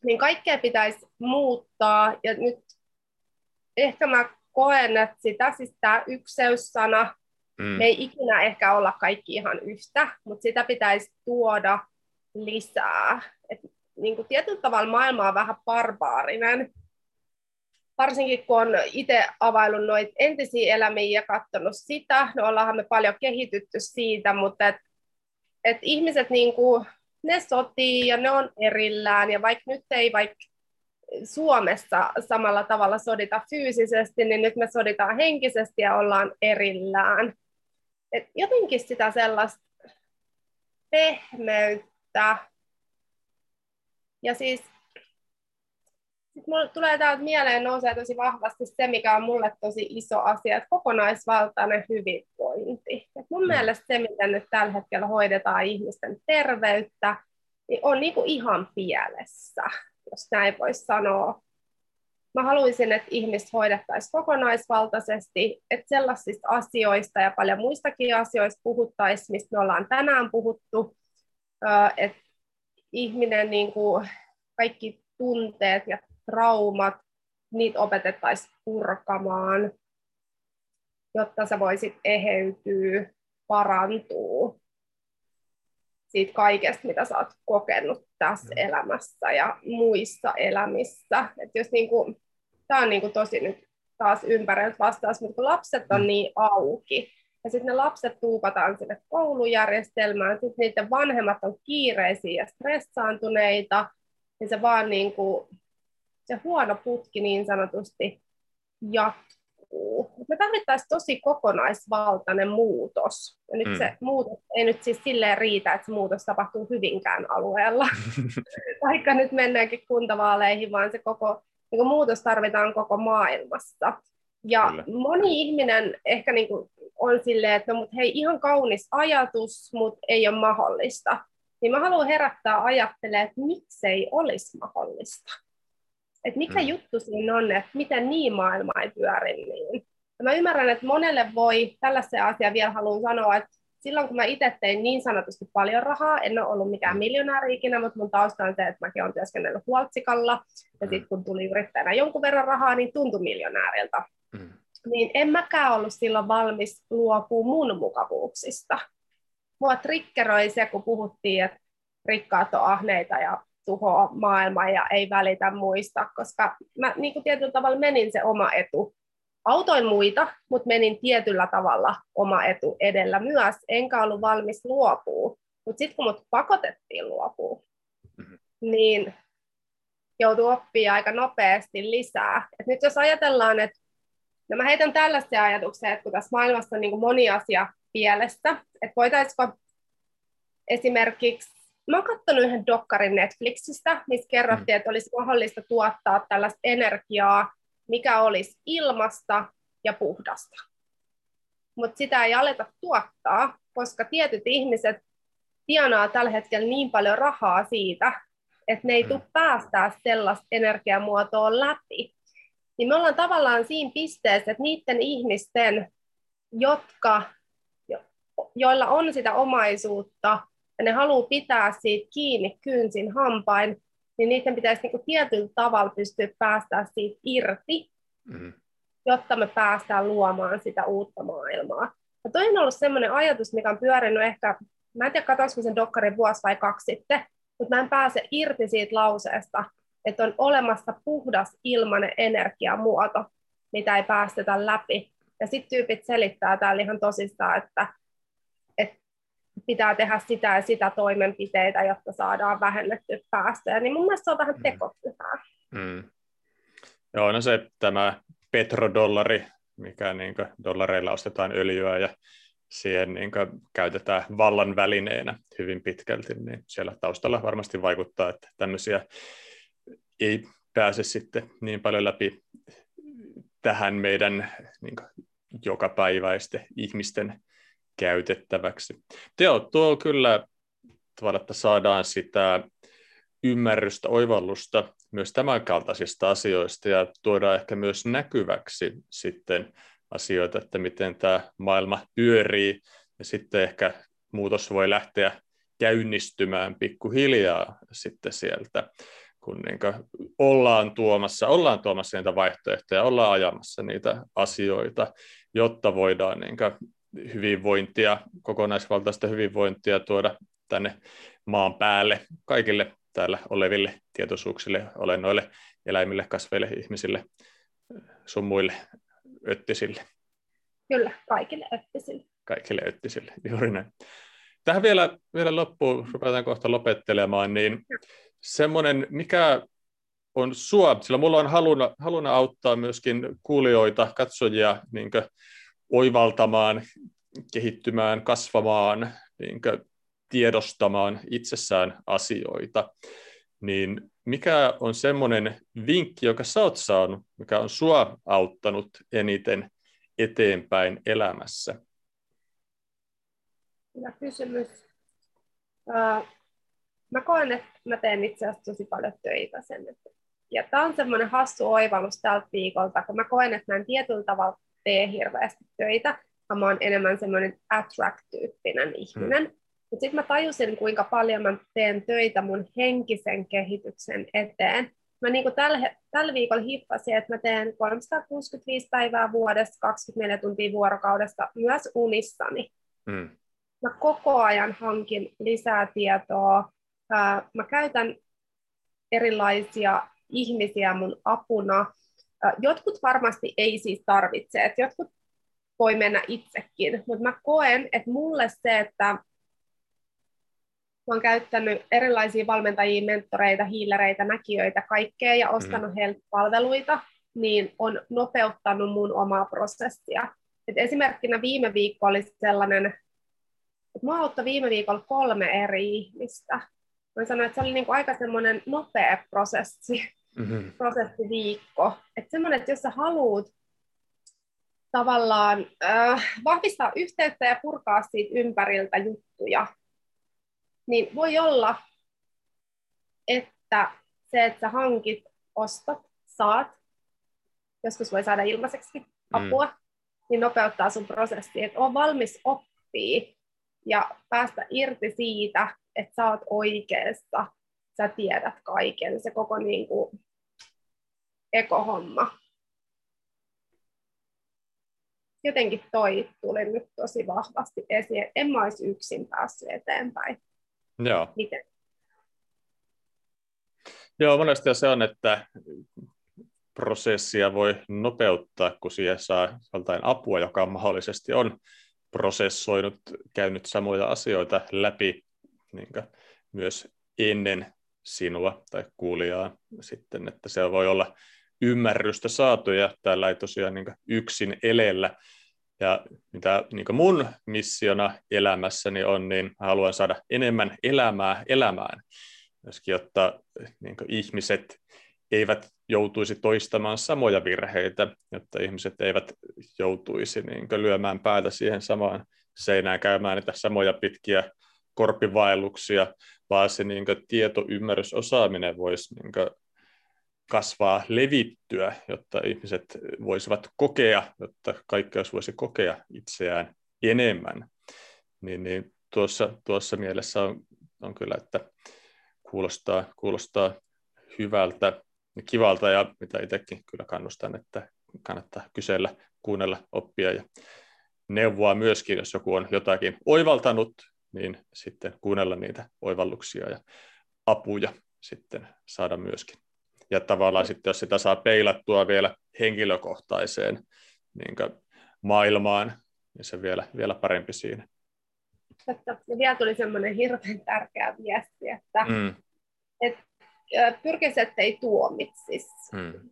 niin kaikkea pitäisi muuttaa. Ja nyt ehkä mä koen, että sitä, siis tämä ykseyssana, mm. me ei ikinä ehkä olla kaikki ihan yhtä, mutta sitä pitäisi tuoda lisää. Et, niin kuin tietyllä tavalla maailma on vähän barbaarinen, varsinkin kun on itse availlut noita entisiä elämiä ja katsonut sitä, no ollaanhan me paljon kehitytty siitä, mutta et, et ihmiset niin kuin, ne sotii ja ne on erillään, ja vaikka nyt ei vaikka Suomessa samalla tavalla sodita fyysisesti, niin nyt me soditaan henkisesti ja ollaan erillään. Et jotenkin sitä sellaista pehmeyttä. Ja siis sit mulle tulee täältä mieleen, nousee tosi vahvasti se, mikä on mulle tosi iso asia, että kokonaisvaltainen hyvinvointi. Et mun mm. mielestä se, miten nyt tällä hetkellä hoidetaan ihmisten terveyttä, niin on niinku ihan pielessä, jos näin voisi sanoa. Mä haluaisin, että ihmiset hoidettaisiin kokonaisvaltaisesti, että sellaisista asioista ja paljon muistakin asioista puhuttaisiin, mistä me ollaan tänään puhuttu, että ihminen, niin kuin kaikki tunteet ja traumat, niitä opetettaisiin purkamaan, jotta sä voisit eheytyä, parantua siitä kaikesta, mitä sä oot kokenut tässä elämässä ja muissa elämissä. Että jos niinku, tää on niinku tosi nyt taas ympärillä vastaus, mutta kun lapset on niin auki, ja sitten ne lapset tuupataan sinne koulujärjestelmään, sitten niiden vanhemmat on kiireisiä ja stressaantuneita, niin se vaan niinku, se huono putki niin sanotusti jatkuu. Me tarvittaisiin tosi kokonaisvaltainen muutos. Ja nyt mm. se muutos ei nyt siis silleen riitä, että se muutos tapahtuu Hyvinkään alueella, vaikka nyt mennäänkin kuntavaaleihin, vaan se koko niin muutos tarvitaan koko maailmassa. Ja Kyllä. moni ihminen ehkä niin kuin on silleen, että no, mut hei, ihan kaunis ajatus, mutta ei ole mahdollista. Niin mä haluan herättää ajattelemaan, että miksei olisi mahdollista. Että mikä mm. juttu siinä on, että miten niin maailma ei pyöri niin. Ja mä ymmärrän, että monelle voi tällaisen asian vielä haluan sanoa, että silloin kun mä itse tein niin sanotusti paljon rahaa, en ole ollut mikään miljonääri ikinä, mutta mun tausta on se, että mäkin olen työskennellyt huoltsikalla, ja sitten kun tuli yrittäjänä jonkun verran rahaa, niin tuntui miljonääriltä. Mm. Niin en mäkään ollut silloin valmis luopua mun mukavuuksista. Mua triggeroi se, kun puhuttiin, että rikkaat on ahneita ja tuhoaa maailmaa ja ei välitä muista, koska mä niin kuin tietyllä tavalla menin se oma etu. Autoin muita, mutta menin tietyllä tavalla oma etu edellä myös, enkä ollut valmis luopua. Mutta sitten kun mut pakotettiin luopua, mm-hmm. niin joutui oppia aika nopeasti lisää. Et nyt jos ajatellaan, että no mä heitän tällaisia ajatuksia, että kun tässä maailmassa on niin kuin moni asia pielessä, että voitaisiko esimerkiksi, mä oon katsonut yhden dokkarin Netflixistä, missä kerrottiin, että olisi mahdollista tuottaa tällaista energiaa, mikä olisi ilmasta ja puhdasta. Mutta sitä ei aleta tuottaa, koska tietyt ihmiset tienaa tällä hetkellä niin paljon rahaa siitä, että ne ei tule päästää sellaista energiamuotoa läpi. Niin me ollaan tavallaan siinä pisteessä, että niiden ihmisten, jotka, joilla on sitä omaisuutta, ja ne haluaa pitää siitä kiinni kynsin hampain, niin niiden pitäisi niinku tietyllä tavalla pystyä päästään siitä irti, mm-hmm. jotta me päästään luomaan sitä uutta maailmaa. Ja toi on ollut sellainen ajatus, mikä on pyörinyt ehkä, mä en tiedä katsoinko sen dokkarin vuosi vai kaksi sitten, mutta mä en pääse irti siitä lauseesta, että on olemassa puhdas ilmainen energiamuoto, mitä ei päästetä läpi. Ja sitten tyypit selittää täällä ihan tosissaan, että, että pitää tehdä sitä ja sitä toimenpiteitä, jotta saadaan vähennettyä päästöjä. Niin mun mielestä se on vähän tekopyhää. Mm. Joo, no se tämä petrodollari, mikä niin kuin dollareilla ostetaan öljyä ja siihen niin kuin käytetään vallan välineenä hyvin pitkälti, niin siellä taustalla varmasti vaikuttaa, että tämmöisiä ei pääse sitten niin paljon läpi tähän meidän niin kuin jokapäiväisten ihmisten käytettäväksi. Teo, tuo kyllä tavallaan, että saadaan sitä ymmärrystä, oivallusta myös tämän kaltaisista asioista ja tuodaan ehkä myös näkyväksi sitten asioita, että miten tämä maailma pyörii ja sitten ehkä muutos voi lähteä käynnistymään pikkuhiljaa sitten sieltä kun niin kuin ollaan, tuomassa, ollaan tuomassa niitä vaihtoehtoja, ollaan ajamassa niitä asioita, jotta voidaan niin kuin hyvinvointia, kokonaisvaltaista hyvinvointia tuoda tänne maan päälle kaikille täällä oleville tietoisuuksille, olennoille, eläimille, kasveille, ihmisille, sun muille öttisille. Kyllä, kaikille öttisille. Kaikille öttisille, juuri näin. Tähän vielä, vielä loppuun, ruvetaan kohta lopettelemaan, niin semmoinen, mikä on sua, sillä mulla on haluna, haluna auttaa myöskin kuulijoita, katsojia niin kuin oivaltamaan, kehittymään, kasvamaan, niin kuin tiedostamaan itsessään asioita, niin mikä on semmoinen vinkki, joka sä oot saanut, mikä on sua auttanut eniten eteenpäin elämässä? Hyvä kysymys. Uh, mä koen, että mä teen itse asiassa tosi paljon töitä sen. Että... Ja tää on semmoinen hassu oivallus tältä viikolta, kun mä koen, että mä en tietyllä tavalla tee hirveästi töitä, vaan mä oon enemmän semmoinen attract-tyyppinen ihminen. Hmm. Mutta sitten mä tajusin, kuinka paljon mä teen töitä mun henkisen kehityksen eteen. Mä niinku tällä, tällä viikolla hiffasin, että mä teen kolmesataakuusikymmentäviisi päivää vuodessa, kaksikymmentäneljä tuntia vuorokaudesta, myös unissani. Hmm. Mä koko ajan hankin lisää tietoa. Mä käytän erilaisia ihmisiä mun apuna. Jotkut varmasti ei siis tarvitse, että jotkut voi mennä itsekin, mutta mä koen, että mulle se, että mä oon käyttänyt erilaisia valmentajia, mentoreita, hiilereitä, näkijöitä, kaikkea ja ostanut mm. heiltä palveluita, niin on nopeuttanut mun omaa prosessia. Et esimerkkinä viime viikko oli sellainen, että mua auttoi viime viikolla kolme eri ihmistä. Mä sanoin, että se oli niinku aika semmoinen nopea prosessi, mm-hmm. prosessiviikko. Että semmoinen, että jos sä haluat tavallaan äh, vahvistaa yhteyttä ja purkaa siitä ympäriltä juttuja, niin voi olla, että se, että sä hankit, ostat, saat, joskus voi saada ilmaiseksi apua, mm. niin nopeuttaa sun prosessia, että on valmis oppia ja päästä irti siitä, että sä oot oikeassa, sä tiedät kaiken, se koko niin kuin ekohomma. Jotenkin toi tuli nyt tosi vahvasti esiin, että en mä olisi yksin päässyt eteenpäin. Joo. Miten? Joo, monesti se on, että prosessia voi nopeuttaa, kun siihen saa jotain apua, joka mahdollisesti on prosessoinut, käynyt samoja asioita läpi niin myös ennen sinua tai kuulijaa sitten, että se voi olla ymmärrystä saatu ja täällä ei tosiaan niin yksin elellä. Ja mitä niin mun missiona elämässäni on, niin haluan saada enemmän elämää elämään, myöskin jotta niin ihmiset eivät joutuisi toistamaan samoja virheitä, jotta ihmiset eivät joutuisi niin lyömään päätä siihen samaan seinään, käymään niitä samoja pitkiä korpivaelluksia, vaan se niin tieto, ymmärrys, osaaminen voisi niin kasvaa, levittyä, jotta ihmiset voisivat kokea, jotta kaikkeus voisi kokea itseään enemmän. Niin, niin tuossa, tuossa mielessä on, on kyllä, että kuulostaa, kuulostaa hyvältä ja kivalta, ja mitä itsekin kyllä kannustan, että kannattaa kysellä, kuunnella, oppia ja neuvoa myöskin, jos joku on jotakin oivaltanut, niin sitten kuunnella niitä oivalluksia ja apuja sitten saada myöskin. Ja tavallaan sitten, jos sitä saa peilattua vielä henkilökohtaiseen niin kuin maailmaan, niin se vielä, vielä parempi siinä. Totta. Ja vielä tuli semmoinen hirveän tärkeä viesti, että mm. et, pyrkisi, ettei tuomitsisi. Mm.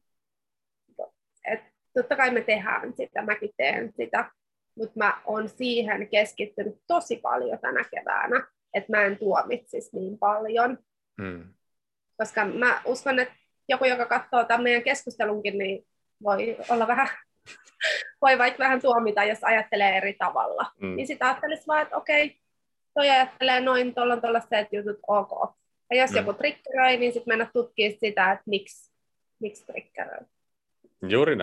Et, totta kai me tehdään sitä, mäkin teen sitä, mutta mä oon siihen keskittynyt tosi paljon tänä keväänä, että mä en tuomitsisi niin paljon. Mm. Koska mä uskon, että joku, joka katsoo tämän meidän keskustelunkin, niin voi olla vähän, voi vaikka vähän tuomita, jos ajattelee eri tavalla. Mm. Niin sitten ajattelisi vaan, että okei, toi ajattelee noin, tuolla on tuollaiset jutut, ok. Ja jos mm. joku triggeröi, niin sitten mennä tutkimaan sitä, että miksi, miksi triggeröi. Juuri näin,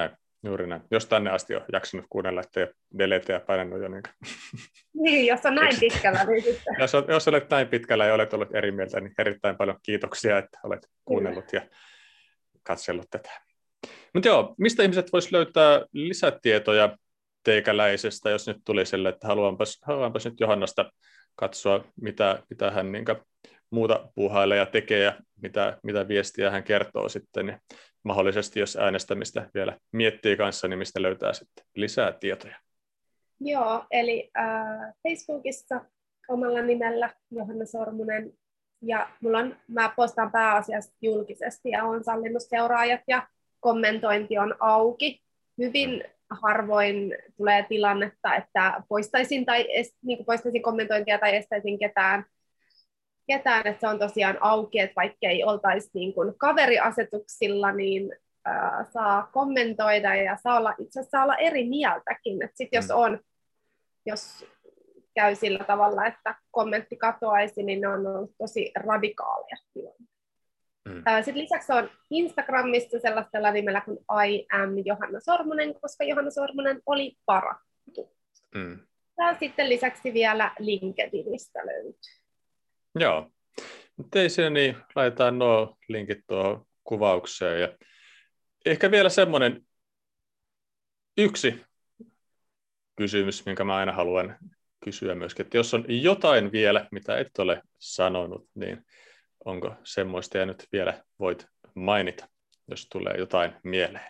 juuri näin. Jos tänne asti on jaksanut kuunnella, ettei deleteä painanut jo. Niin, niin jos on näin pitkällä, niin sitten. Jos, jos olet näin pitkällä ja olet ollut eri mieltä, niin erittäin paljon kiitoksia, että olet kuunnellut ja katsellut tätä. Mutta joo, mistä ihmiset vois löytää lisätietoja teikäläisestä, jos nyt tuli sille, että haluanpas, haluanpas nyt Johannasta katsoa, mitä, mitä hän niin muuta puuhailee ja tekee ja mitä, mitä viestiä hän kertoo sitten. Ja mahdollisesti, jos äänestämistä vielä miettii kanssa, niin mistä löytää sitten lisää tietoja. Joo, eli äh, Facebookissa omalla nimellä Johanna Sormunen. Ja mulla on, mä postaan pääasiassa julkisesti ja olen sallinut seuraajat ja kommentointi on auki. Hyvin harvoin tulee tilannetta, että poistaisin, tai est, niin poistaisin kommentointia tai estäisin ketään, ketään, että se on tosiaan auki, että vaikka ei oltaisi niin kuin kaveriasetuksilla, niin äh, saa kommentoida ja saa olla, itse asiassa saa olla eri mieltäkin. Et sit jos on, jos käy sillä tavalla, että kommentti katoaisi, niin ne on ollut tosi radikaaleja tilanteita. Mm. Sitten lisäksi on Instagramissa sellaisella nimellä kuin I am Johanna Sormunen, koska Johanna Sormunen oli parattu. Mm. Ja sitten lisäksi vielä LinkedInistä löytyy. Joo. Ei siinä niin, laitetaan nuo linkit tuohon kuvaukseen. Ja ehkä vielä semmoinen yksi kysymys, minkä mä aina haluan kysyä myöskin, että jos on jotain vielä, mitä et ole sanonut, niin onko semmoista ja nyt vielä voit mainita, jos tulee jotain mieleen?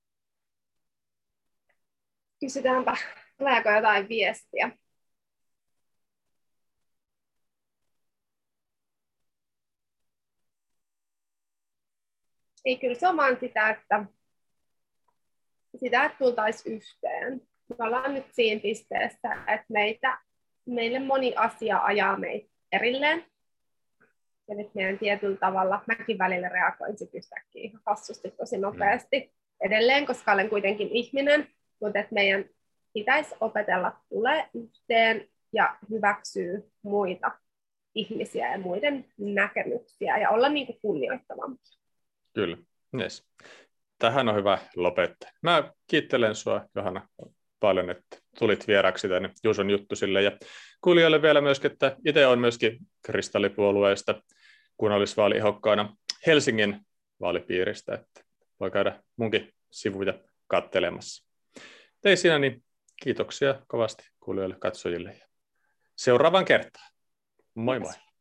Kysytäänpä, tuleeko jotain viestiä? Ei, kyllä se on vaan sitä, että, sitä, että tultaisiin yhteen. Me ollaan nyt siinä pisteessä, että meitä, meille moni asia ajaa meitä erilleen. Ja nyt meidän tietyllä tavalla, mäkin välillä reagoin sitten yhtäkkiä hassusti tosi nopeasti mm. edelleen, koska olen kuitenkin ihminen, mutta että meidän pitäisi opetella tulee yhteen ja hyväksyä muita ihmisiä ja muiden näkemyksiä ja olla niin kuin kunnioittavampia. Kyllä, yes. Tähän on hyvä lopettaa. Mä kiittelen sua, Johanna, paljon, että tulit vieraksi tänne Juuson juttusille. Ja kuulijoille vielä myöskin, että itse on myöskin kristallipuolueesta kunnallisvaaliehdokkaana Helsingin vaalipiiristä, että voi käydä munkin sivuja kattelemassa. Ei siinä, niin kiitoksia kovasti kuulijoille, katsojille ja seuraavan kertaan. Moi moi!